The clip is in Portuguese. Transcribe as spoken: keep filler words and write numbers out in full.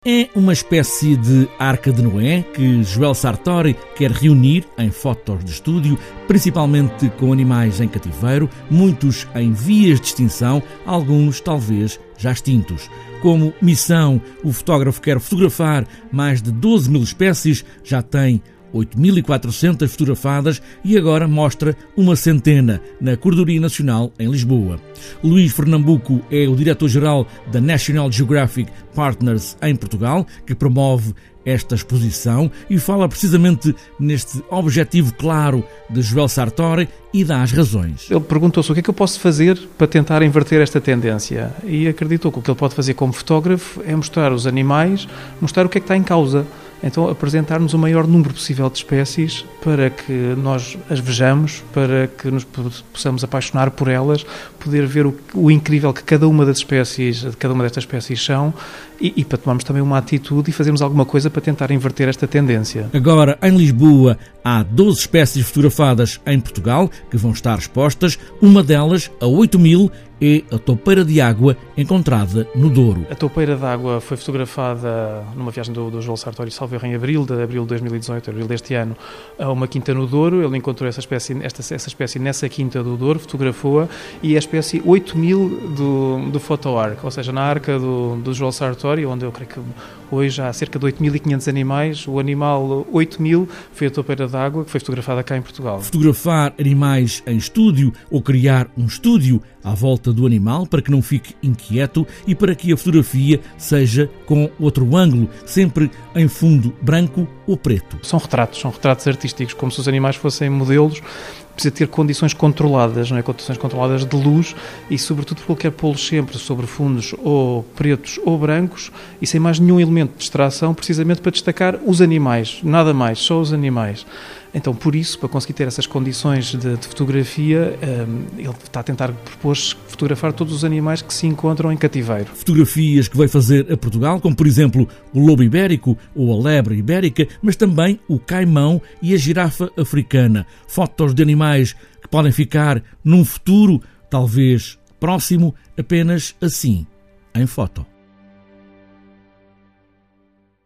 É uma espécie de Arca de Noé que Joel Sartori quer reunir em fotos de estúdio, principalmente com animais em cativeiro, muitos em vias de extinção, alguns talvez já extintos. Como missão, o fotógrafo quer fotografar mais de doze mil espécies, já tem oito mil e quatrocentas fotografadas e agora mostra uma centena na Corredoria Nacional em Lisboa. Luís Fernambuco é o diretor-geral da National Geographic Partners em Portugal, que promove esta exposição e fala precisamente neste objetivo claro de Joel Sartori e dá as razões. Ele perguntou-se o que é que eu posso fazer para tentar inverter esta tendência e acreditou que o que ele pode fazer como fotógrafo é mostrar os animais, mostrar o que é que está em causa. Então, apresentar-nos o maior número possível de espécies para que nós as vejamos, para que nos possamos apaixonar por elas, poder ver o, o incrível que cada uma das espécies, de cada uma destas espécies são e, e para tomarmos também uma atitude e fazermos alguma coisa para tentar inverter esta tendência. Agora, em Lisboa, há doze espécies fotografadas em Portugal que vão estar expostas. Uma delas, a oito mil, é a toupeira de água encontrada no Douro. A toupeira de água foi fotografada numa viagem do, do Joel Sartori, salvo erro, em abril, de abril de dois mil e dezoito, abril deste ano, a uma quinta no Douro. Ele encontrou essa espécie, esta, essa espécie nessa quinta do Douro, fotografou-a, e é a espécie oito mil do, do PhotoArk, ou seja, na arca do, do Joel Sartori, onde eu creio que hoje há cerca de oito mil e quinhentos animais. O animal oito mil foi a toupeira de água, que foi fotografada cá em Portugal. Fotografar animais em estúdio ou criar um estúdio à volta do animal para que não fique inquieto e para que a fotografia seja com outro ângulo, sempre em fundo branco ou preto. São retratos, são retratos artísticos, como se os animais fossem modelos. Precisa ter condições controladas, não é? Condições controladas de luz e, sobretudo, porque ele quer pô-los sempre sobre fundos ou pretos ou brancos e sem mais nenhum elemento de distração, precisamente para destacar os animais, nada mais, só os animais. Então, por isso, para conseguir ter essas condições de, de fotografia, um, ele está a tentar propor fotografar todos os animais que se encontram em cativeiro. Fotografias que vai fazer a Portugal, como por exemplo o lobo ibérico ou a lebre ibérica, mas também o caimão e a girafa africana. Fotos de animais que podem ficar num futuro, talvez próximo, apenas assim, em foto.